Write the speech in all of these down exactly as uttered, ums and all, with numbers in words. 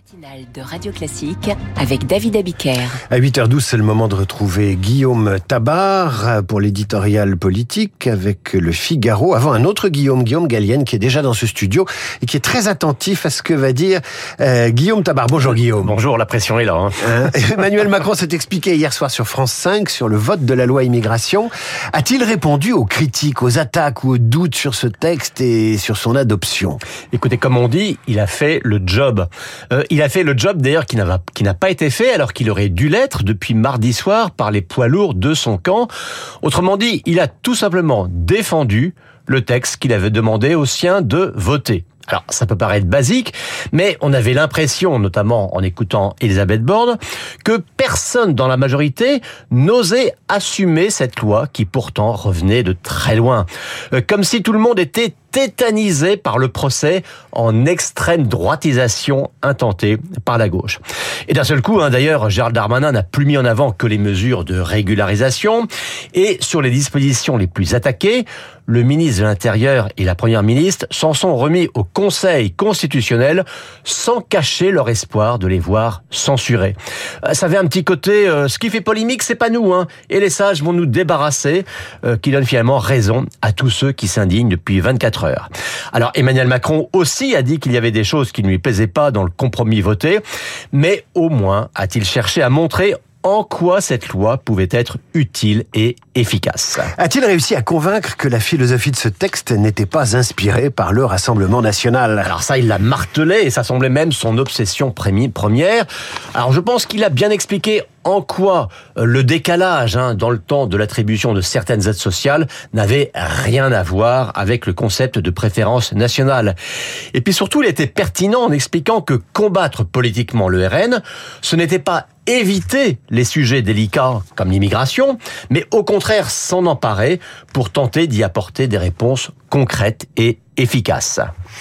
Matinale de Radio Classique avec David Abiker. À huit heures douze, c'est le moment de retrouver Guillaume Tabar pour l'éditorial politique avec Le Figaro. Avant, un autre Guillaume, Guillaume Gallienne, qui est déjà dans ce studio et qui est très attentif à ce que va dire euh, Guillaume Tabar. Bonjour Guillaume. Bonjour, la pression est là. Hein. Hein Emmanuel Macron s'est expliqué hier soir sur France cinq sur le vote de la loi immigration. A-t-il répondu aux critiques, aux attaques ou aux doutes sur ce texte et sur son adoption? Écoutez, comme on dit, il a fait le job. Euh, il a fait le job d'ailleurs qui n'a, qui n'a pas été fait alors qu'il aurait dû l'être depuis mardi soir par les poids lourds de son camp. Autrement dit, il a tout simplement défendu le texte qu'il avait demandé aux siens de voter. Alors, ça peut paraître basique, mais on avait l'impression, notamment en écoutant Elisabeth Borne, que personne dans la majorité n'osait assumer cette loi qui pourtant revenait de très loin. Comme si tout le monde était tétanisé par le procès en extrême droitisation intentée par la gauche. Et d'un seul coup, hein, d'ailleurs, Gérald Darmanin n'a plus mis en avant que les mesures de régularisation. Et sur les dispositions les plus attaquées, le ministre de l'Intérieur et la Première ministre s'en sont remis au Conseil constitutionnel sans cacher leur espoir de les voir censurés. Ça avait un petit côté, euh, ce qui fait polémique, c'est pas nous, hein, et les sages vont nous débarrasser, euh, qui donne finalement raison à tous ceux qui s'indignent depuis vingt-quatre heures. Alors Emmanuel Macron aussi a dit qu'il y avait des choses qui ne lui plaisaient pas dans le compromis voté, mais au moins a-t-il cherché à montrer en quoi cette loi pouvait être utile et efficace. A-t-il réussi à convaincre que la philosophie de ce texte n'était pas inspirée par le Rassemblement national? Alors ça, il l'a martelé et ça semblait même son obsession première. Alors je pense qu'il a bien expliqué en quoi le décalage hein, dans le temps de l'attribution de certaines aides sociales n'avait rien à voir avec le concept de préférence nationale. Et puis surtout, il était pertinent en expliquant que combattre politiquement le R N, ce n'était pas éviter les sujets délicats comme l'immigration, mais au contraire s'en emparer pour tenter d'y apporter des réponses concrètes et efficaces.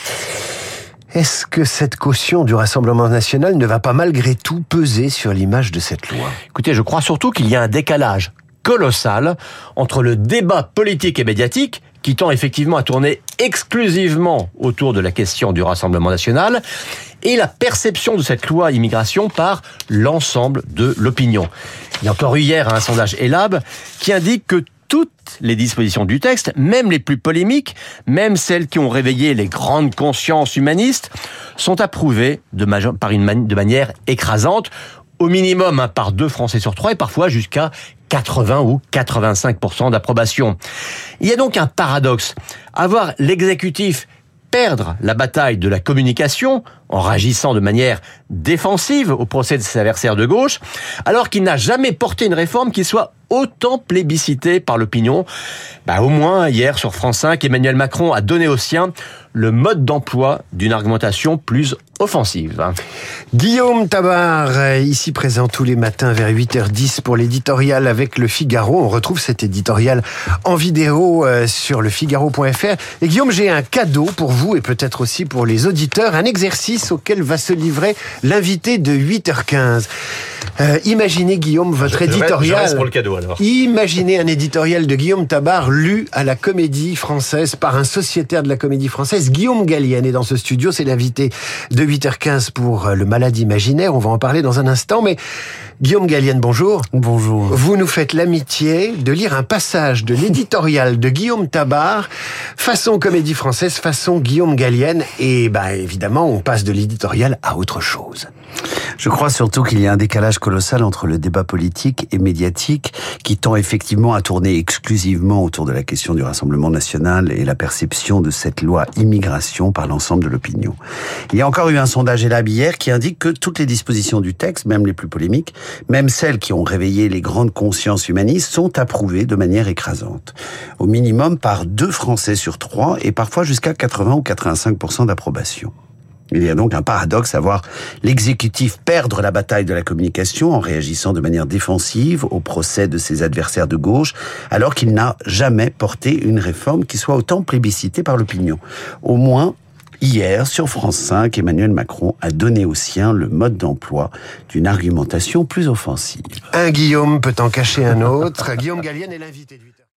Est-ce que cette caution du Rassemblement national ne va pas malgré tout peser sur l'image de cette loi? Écoutez, je crois surtout qu'il y a un décalage colossal entre le débat politique et médiatique qui tend effectivement à tourner exclusivement autour de la question du Rassemblement national et la perception de cette loi immigration par l'ensemble de l'opinion. Il y a encore eu hier un sondage Elab qui indique que toutes les dispositions du texte, même les plus polémiques, même celles qui ont réveillé les grandes consciences humanistes, sont approuvées de, major- par une mani- de manière écrasante, au minimum hein, par deux Français sur trois et parfois jusqu'à quatre-vingts ou quatre-vingt-cinq pour cent d'approbation. Il y a donc un paradoxe. Avoir l'exécutif perdre la bataille de la communication en réagissant de manière défensive au procès de ses adversaires de gauche, alors qu'il n'a jamais porté une réforme qui soit autant plébiscitée par l'opinion. Bah, au moins, hier, sur France cinq, Emmanuel Macron a donné aux siens le mode d'emploi d'une argumentation plus offensive. Guillaume Tabar, ici présent tous les matins vers huit heures dix pour l'éditorial avec Le Figaro. On retrouve cet éditorial en vidéo sur le figaro point f r. Et Guillaume, j'ai un cadeau pour vous et peut-être aussi pour les auditeurs, un exercice auquel va se livrer l'invité de huit heures quinze. Euh, imaginez, Guillaume, votre je, éditorial. Je reste pour le cadeau, alors. Imaginez un éditorial de Guillaume Tabar lu à la Comédie Française par un sociétaire de la Comédie Française. Guillaume Gallienne est dans ce studio. C'est l'invité de huit heures quinze pour Le Malade imaginaire. On va en parler dans un instant. Mais Guillaume Gallienne, bonjour. Bonjour. Vous nous faites l'amitié de lire un passage de l'éditorial de Guillaume Tabar, façon Comédie Française, façon Guillaume Gallienne. Et bah, évidemment, on passe de l'éditorial à autre chose. Je crois surtout qu'il y a un décalage colossal entre le débat politique et médiatique qui tend effectivement à tourner exclusivement autour de la question du Rassemblement national et la perception de cette loi immigration par l'ensemble de l'opinion. Il y a encore eu un sondage Elab hier qui indique que toutes les dispositions du texte, même les plus polémiques, même celles qui ont réveillé les grandes consciences humanistes, sont approuvées de manière écrasante. Au minimum par deux Français sur trois et parfois jusqu'à quatre-vingts ou quatre-vingt-cinq pour cent d'approbation. Il y a donc un paradoxe à voir l'exécutif perdre la bataille de la communication en réagissant de manière défensive au procès de ses adversaires de gauche, alors qu'il n'a jamais porté une réforme qui soit autant plébiscitée par l'opinion. Au moins, hier, sur France cinq, Emmanuel Macron a donné aux siens le mode d'emploi d'une argumentation plus offensive. Un Guillaume peut en cacher un autre. Guillaume Gallienne est l'invité de huit heures.